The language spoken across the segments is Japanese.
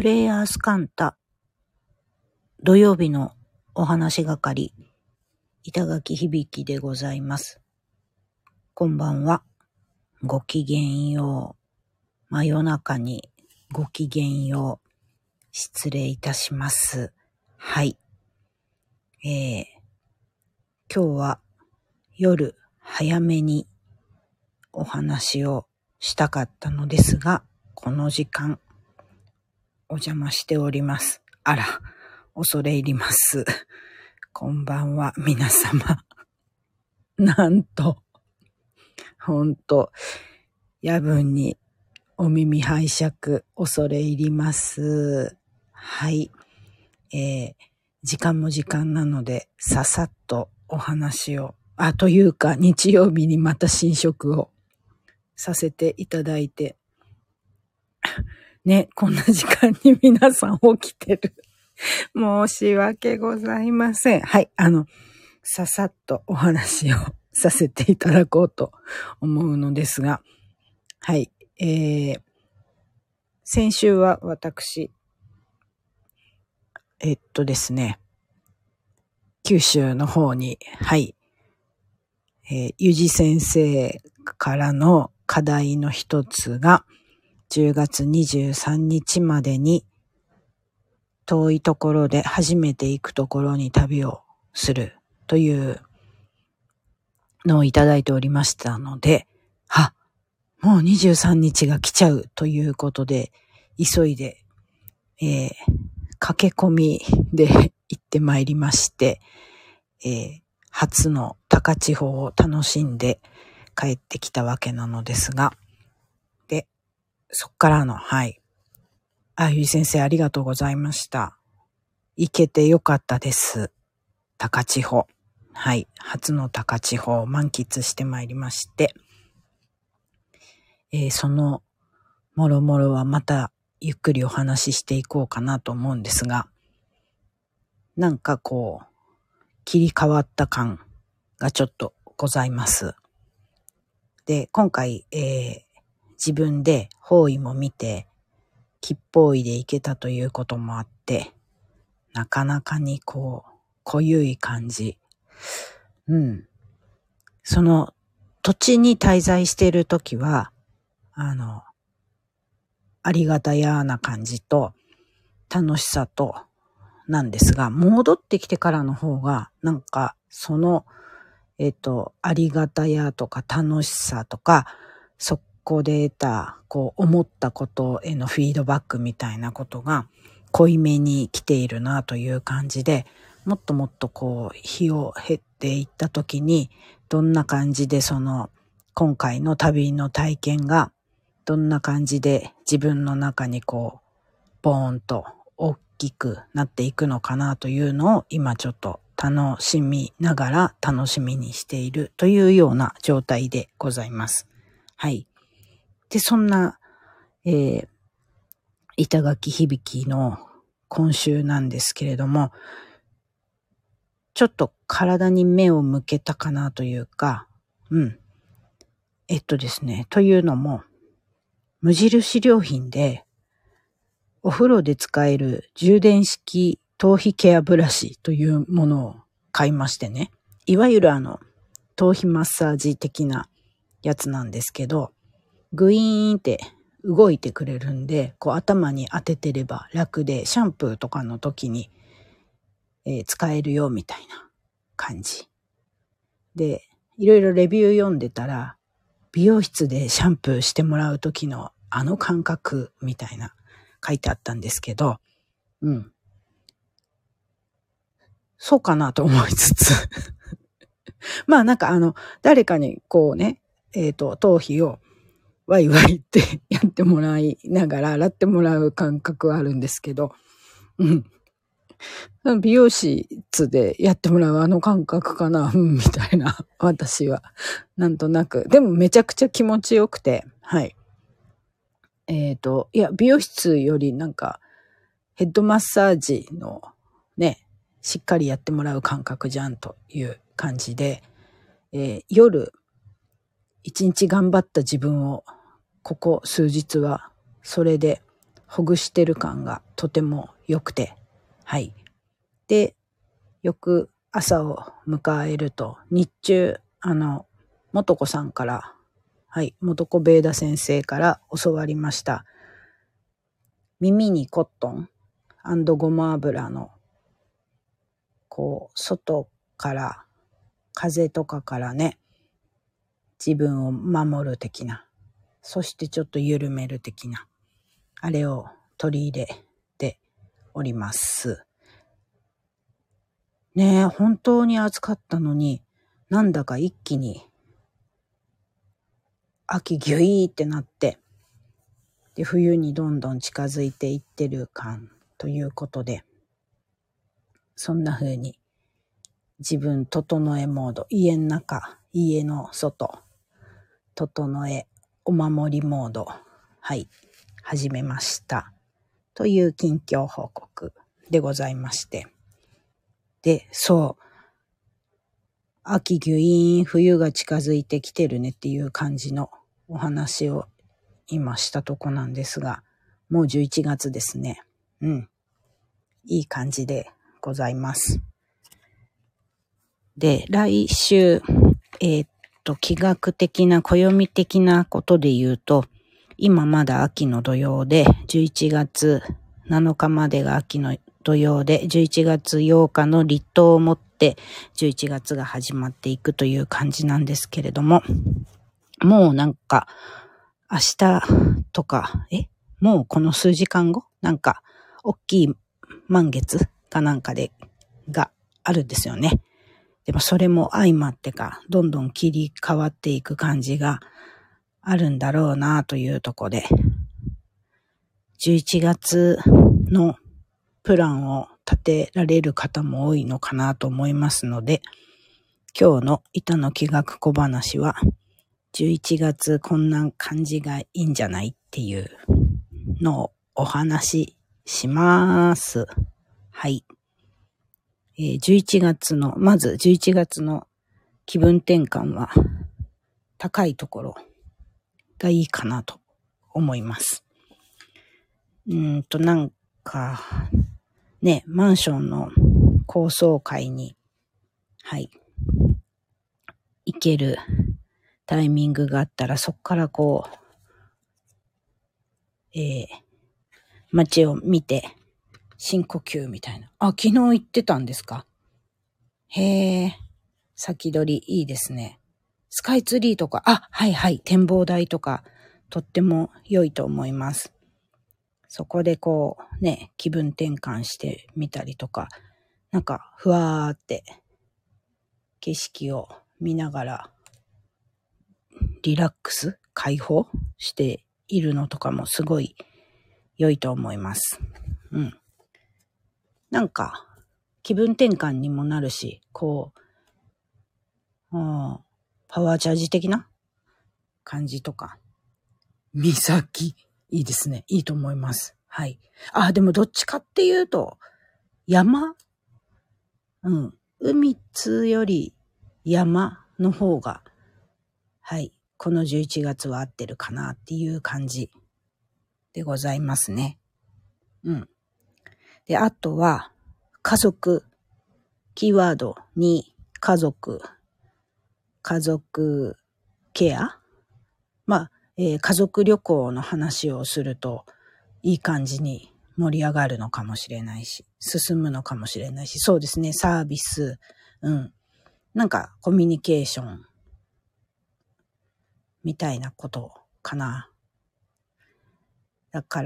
プレイヤースカンタ土曜日のお話係板垣響でございます。こんばんは。ごきげんよう。真夜中にごきげんよう。失礼いたします。はい。今日は夜早めにお話をしたかったのですが、この時間お邪魔しております。あら、恐れ入ります。こんばんは、皆様。なんと、ほんと、夜分にお耳拝借、恐れ入ります。はい。時間も時間なので、ささっとお話を、というか、日曜日にまた新食をさせていただいて、ね、こんな時間に皆さん起きてる。申し訳ございません。はい、ささっとお話をさせていただこうと思うのですが、はい、先週は私、ですね、九州の方に、はい、ゆじ先生からの課題の一つが、10月23日までに遠いところで初めて行くところに旅をするというのをいただいておりましたので、もう23日が来ちゃうということで、急いで、駆け込みで行ってまいりまして、初の高千穂を楽しんで帰ってきたわけなのですが、で、そっからの、はい。ゆい先生ありがとうございました。行けてよかったです。高千穂。はい。初の高千穂を満喫してまいりまして、そのもろもろはまたゆっくりお話ししていこうかなと思うんですが、なんかこう、切り替わった感がちょっとございます。で、今回、自分で方位も見て、吉方位で行けたということもあって、なかなかにこう、濃ゆい感じ。その土地に滞在しているときは、ありがたやな感じと楽しさとなんですが、戻ってきてからの方が、なんかその、ありがたやとか楽しさとか、そこで得た、こう思ったことへのフィードバックみたいなことが濃いめに来ているなという感じで、もっともっとこう日を経っていった時に、どんな感じでその今回の旅の体験がどんな感じで自分の中にこうボーンと大きくなっていくのかなというのを今ちょっと楽しみながら楽しみにしているというような状態でございます。はい。で、そんな、板垣響の今週なんですけれども、ちょっと体に目を向けたかなというか、ですね、というのも、無印良品で、お風呂で使える充電式頭皮ケアブラシというものを買いましてね。いわゆる頭皮マッサージ的なやつなんですけど、グイーンって動いてくれるんで、こう頭に当ててれば楽で、シャンプーとかの時に、使えるよみたいな感じ。で、いろいろレビュー読んでたら、美容室でシャンプーしてもらう時の感覚みたいな書いてあったんですけど、そうかなと思いつつまあなんか誰かにこうね、頭皮をワイワイってやってもらいながら洗ってもらう感覚はあるんですけど、美容室でやってもらう感覚かな、みたいな、私は。なんとなく。でもめちゃくちゃ気持ちよくて、はい。いや、美容室よりなんか、ヘッドマッサージのね、しっかりやってもらう感覚じゃんという感じで、夜、一日頑張った自分を、ここ数日は、それでほぐしてる感がとても良くて、はい。で、翌朝を迎えると、日中、元子さんから、はい、元子ベーダ先生から教わりました。耳にコットン&ごま油の、こう、外から、風とかからね、自分を守る的な、そしてちょっと緩める的な、あれを取り入れております。ねえ、本当に暑かったのに、なんだか一気に秋ギュイーってなって、で、冬にどんどん近づいていってる感ということで、そんな風に自分整えモード、家の中、家の外、整え、お守りモード、はい、始めました。という近況報告でございまして。で、そう、秋ギュイーン、冬が近づいてきてるねっていう感じのお話を今したとこなんですが、もう11月ですね。うん。いい感じでございます。で、来週、気学的な、暦的なことで言うと、今まだ秋の土曜で、11月7日までが秋の土曜で、11月8日の立冬をもって、11月が始まっていくという感じなんですけれども、もうなんか、明日とか、もうこの数時間後なんか、大きい満月かなんかがあるんですよね。でもそれも相まってか、どんどん切り替わっていく感じがあるんだろうなというところで、11月のプランを立てられる方も多いのかなと思いますので、今日の板の気学小話は、11月こんな感じがいいんじゃないっていうのをお話しします。はい。11月の、まず11月の気分転換は高いところがいいかなと思います。なんか、ね、マンションの高層階に、はい、行けるタイミングがあったら、そこからこう、街を見て、深呼吸みたいな。あ、昨日行ってたんですか？へえ、先取りいいですね。スカイツリーとか、はいはい、展望台とか、とっても良いと思います。そこでこう、ね、気分転換してみたりとか、なんか、ふわーって景色を見ながら、リラックス、解放しているのとかもすごい良いと思います。うん。なんか、気分転換にもなるし、こう、パワーチャージ的な感じとか。岬、いいですね。いいと思います。はい。でもどっちかっていうと、山？海津より山の方が、はい。この11月は合ってるかなっていう感じでございますね。で、あとは、家族、キーワードに家族ケア、家族旅行の話をするといい感じに盛り上がるのかもしれないし、進むのかもしれないし、そうですね、サービス、なんかコミュニケーションみたいなことかな。だから、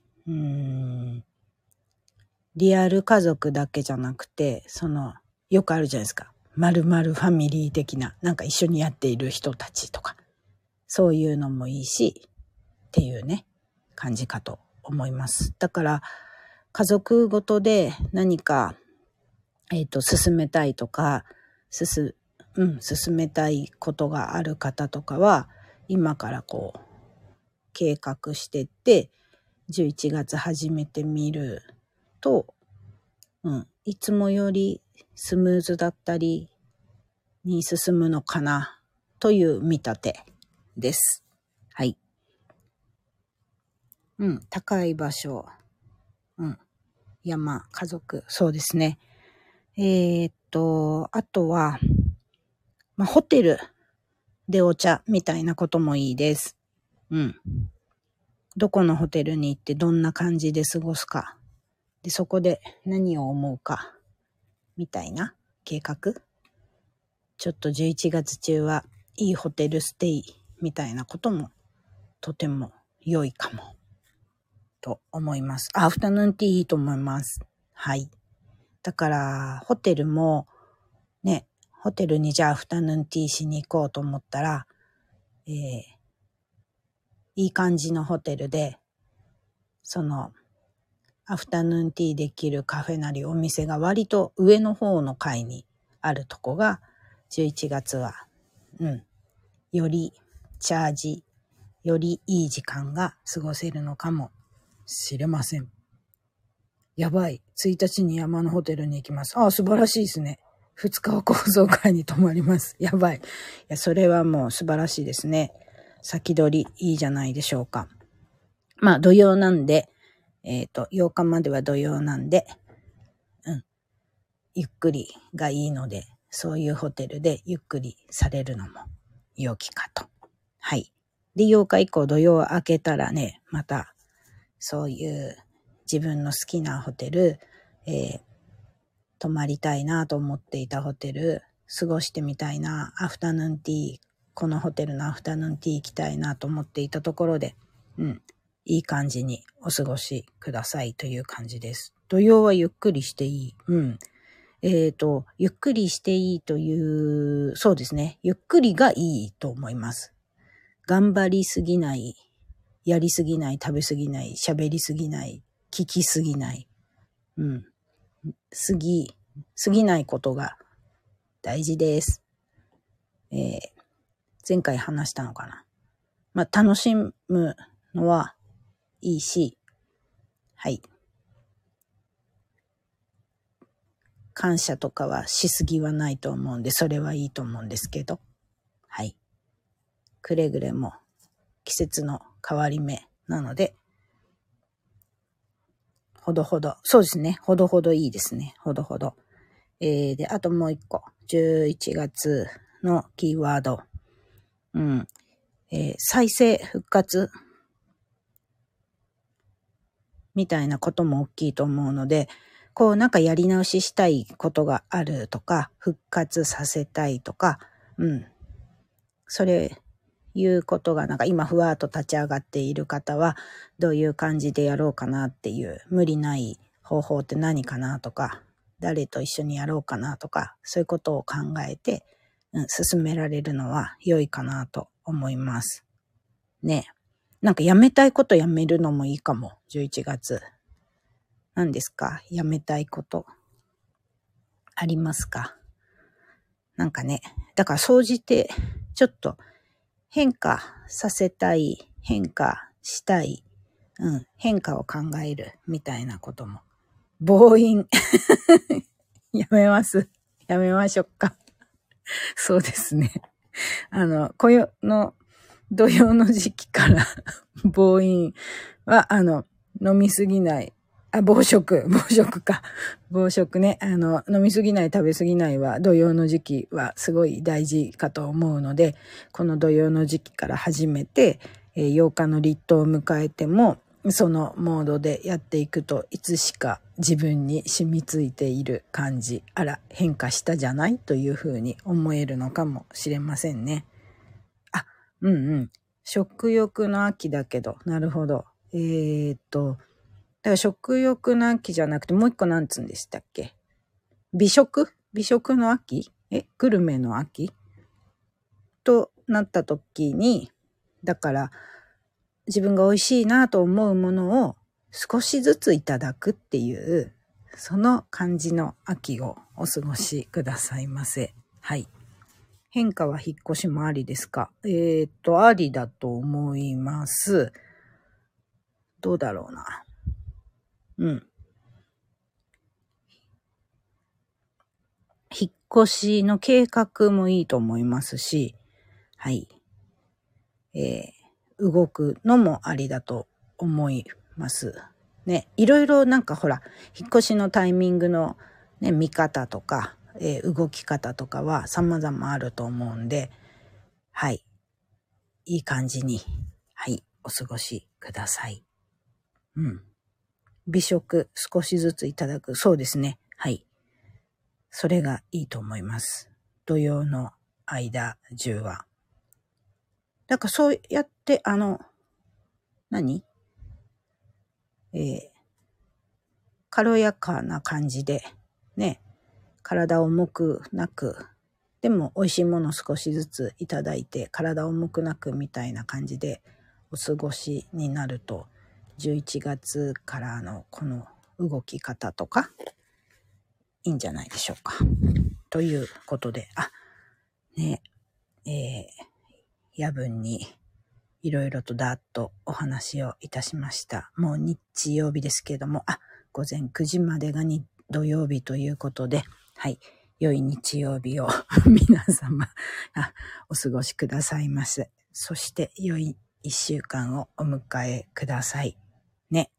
リアル家族だけじゃなくて、よくあるじゃないですか。〇〇ファミリー的な、なんか一緒にやっている人たちとか、そういうのもいいし、っていうね、感じかと思います。だから、家族ごとで何か、進めたいとか、進めたいことがある方とかは、今からこう、計画してって、11月始めてみると、いつもよりスムーズだったりに進むのかなという見立てです。はい。 高い場所。山、家族、そうですね。あとは、ホテルでお茶みたいなこともいいです。どこのホテルに行ってどんな感じで過ごすか。で、そこで何を思うか。みたいな計画。ちょっと11月中はいいホテルステイみたいなこともとても良いかも。と思います。アフタヌーンティーいいと思います。はい。だから、ホテルも、ね、ホテルにじゃあアフタヌーンティーしに行こうと思ったら、いい感じのホテルで、アフタヌーンティーできるカフェなりお店が割と上の方の階にあるとこが、11月は、よりチャージ、よりいい時間が過ごせるのかもしれません。やばい。1日に山のホテルに行きます。素晴らしいですね。2日は高層階に泊まります。やばい。いや、それはもう素晴らしいですね。先取りいいじゃないでしょうか。土曜なんで、8日までは土曜なんで、ゆっくりがいいので、そういうホテルでゆっくりされるのも良きかと。はい。で、8日以降土曜明けたらね、また、そういう自分の好きなホテル、泊まりたいなと思っていたホテル、過ごしてみたいな、アフタヌーンティー、このホテルのアフタヌーンティー行きたいなと思っていたところで、いい感じにお過ごしくださいという感じです。土曜はゆっくりしていい。ゆっくりしていいという、そうですね。ゆっくりがいいと思います。頑張りすぎない、やりすぎない、食べすぎない、喋りすぎない、聞きすぎない。過ぎないことが大事です。前回話したのかな。楽しむのはいいし、はい。感謝とかはしすぎはないと思うんで、それはいいと思うんですけど、はい。くれぐれも季節の変わり目なので、ほどほど、そうですね、ほどほどいいですね、ほどほど。で、あともう一個、11月のキーワード、再生復活みたいなことも大きいと思うので、なんかやり直ししたいことがあるとか、復活させたいとか、それいうことがなんか今ふわっと立ち上がっている方は、どういう感じでやろうかなっていう、無理ない方法って何かなとか、誰と一緒にやろうかなとか、そういうことを考えて、進められるのは良いかなと思います。ね。なんかやめたいことやめるのもいいかも、11月。何ですか？やめたいことありますか？なんかね、だから総じてちょっと変化させたい、変化したい、変化を考えるみたいなことも。暴飲。やめます。やめましょうか。そうですね。この土曜の時期から暴飲は、飲みすぎない。暴食か。暴食ね。飲みすぎない、食べすぎないは、土曜の時期はすごい大事かと思うので、この土曜の時期から始めて、8日の立冬を迎えても、そのモードでやっていくと、いつしか自分に染みついている感じ、変化したじゃないというふうに思えるのかもしれませんね。食欲の秋だけど、なるほど。だから食欲の秋じゃなくて、もう一個なんつうんでしたっけ？美食の秋？グルメの秋？となった時に、だから自分が美味しいなと思うものを少しずついただくっていう、その感じの秋をお過ごしくださいませ。はい。変化は引っ越しもありですか？ありだと思います。どうだろうな。引っ越しの計画もいいと思いますし、はい。動くのもありだと思います。ね、いろいろなんかほら、引っ越しのタイミングのね、見方とか、動き方とかは様々あると思うんで、はい。いい感じに、はい、お過ごしください。うん。美食少しずついただく。そうですね。はい。それがいいと思います。土曜の間中は。だからそうやって、軽やかな感じで、ね、体重くなく、でも美味しいもの少しずついただいて、体重くなくみたいな感じでお過ごしになると、11月からのこの動き方とか、いいんじゃないでしょうか。ということで、夜分にいろいろとだっとお話をいたしました。もう日曜日ですけれども、午前9時までが土曜日ということで、はい、良い日曜日を皆様お過ごしくださいませ。そして良い1週間をお迎えください。ね。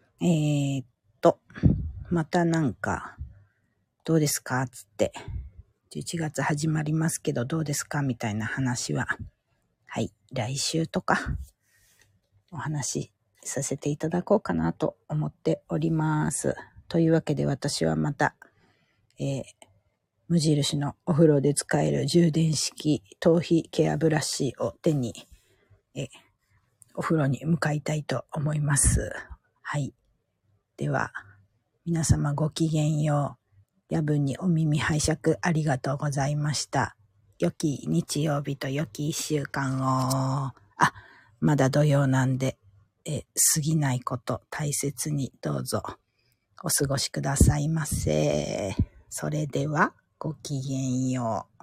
またなんか、どうですかつって、11月始まりますけどどうですかみたいな話は、はい、来週とかお話しさせていただこうかなと思っております。というわけで私はまた、無印のお風呂で使える充電式頭皮ケアブラシを手に、お風呂に向かいたいと思います。はい。では、皆様ごきげんよう。夜分にお耳拝借ありがとうございました。良き日曜日と良き一週間を。まだ土曜なんで、過ぎないこと大切にどうぞお過ごしくださいませ。それではごきげんよう。